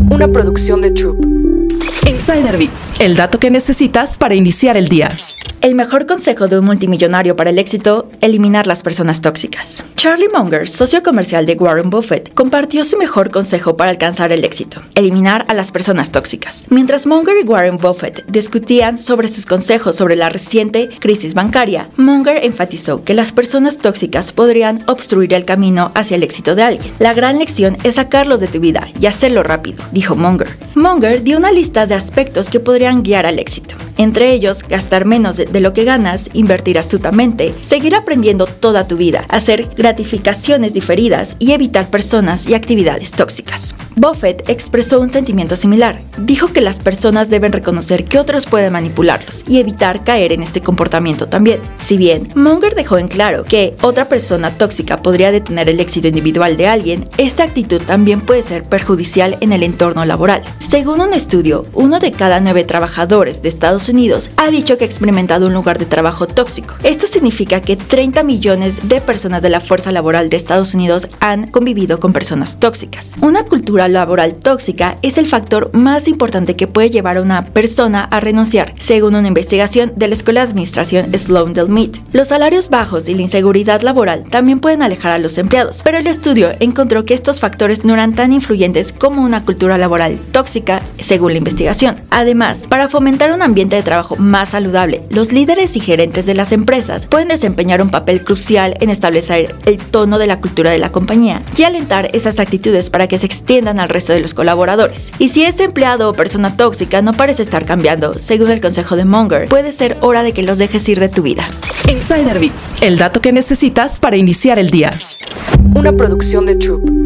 Una producción de Troop. Insider Bits, el dato que necesitas para iniciar el día. El mejor consejo de un multimillonario para el éxito: eliminar las personas tóxicas. Charlie Munger, socio comercial de Warren Buffett, compartió su mejor consejo para alcanzar el éxito: eliminar a las personas tóxicas. Mientras Munger y Warren Buffett discutían sobre sus consejos sobre la reciente crisis bancaria, Munger enfatizó que las personas tóxicas podrían obstruir el camino hacia el éxito de alguien. La gran lección es sacarlos de tu vida y hacerlo rápido, dijo Munger. Munger dio una lista de aspectos que podrían guiar al éxito. Entre ellos, gastar menos de lo que ganas, invertir astutamente, seguir aprendiendo toda tu vida, hacer gratificaciones diferidas y evitar personas y actividades tóxicas. Buffett expresó un sentimiento similar. Dijo que las personas deben reconocer que otros pueden manipularlos y evitar caer en este comportamiento también. Si bien Munger dejó en claro que otra persona tóxica podría detener el éxito individual de alguien, esta actitud también puede ser perjudicial en el entorno laboral. Según un estudio, 1 de cada 9 trabajadores de Estados Unidos ha dicho que ha experimentado un lugar de trabajo tóxico. Esto significa que 30 millones de personas de la fuerza laboral de Estados Unidos han convivido con personas tóxicas. Una cultura laboral tóxica es el factor más importante que puede llevar a una persona a renunciar, según una investigación de la Escuela de Administración Sloan del MIT. Los salarios bajos y la inseguridad laboral también pueden alejar a los empleados, pero el estudio encontró que estos factores no eran tan influyentes como una cultura laboral tóxica, según la investigación. Además, para fomentar un ambiente de trabajo más saludable, los líderes y gerentes de las empresas pueden desempeñar un papel crucial en establecer el tono de la cultura de la compañía y alentar esas actitudes para que se extiendan al resto de los colaboradores. Y si ese empleado o persona tóxica no parece estar cambiando, según el consejo de Munger, puede ser hora de que los dejes ir de tu vida. Insider Bits, el dato que necesitas para iniciar el día. Una producción de Troop.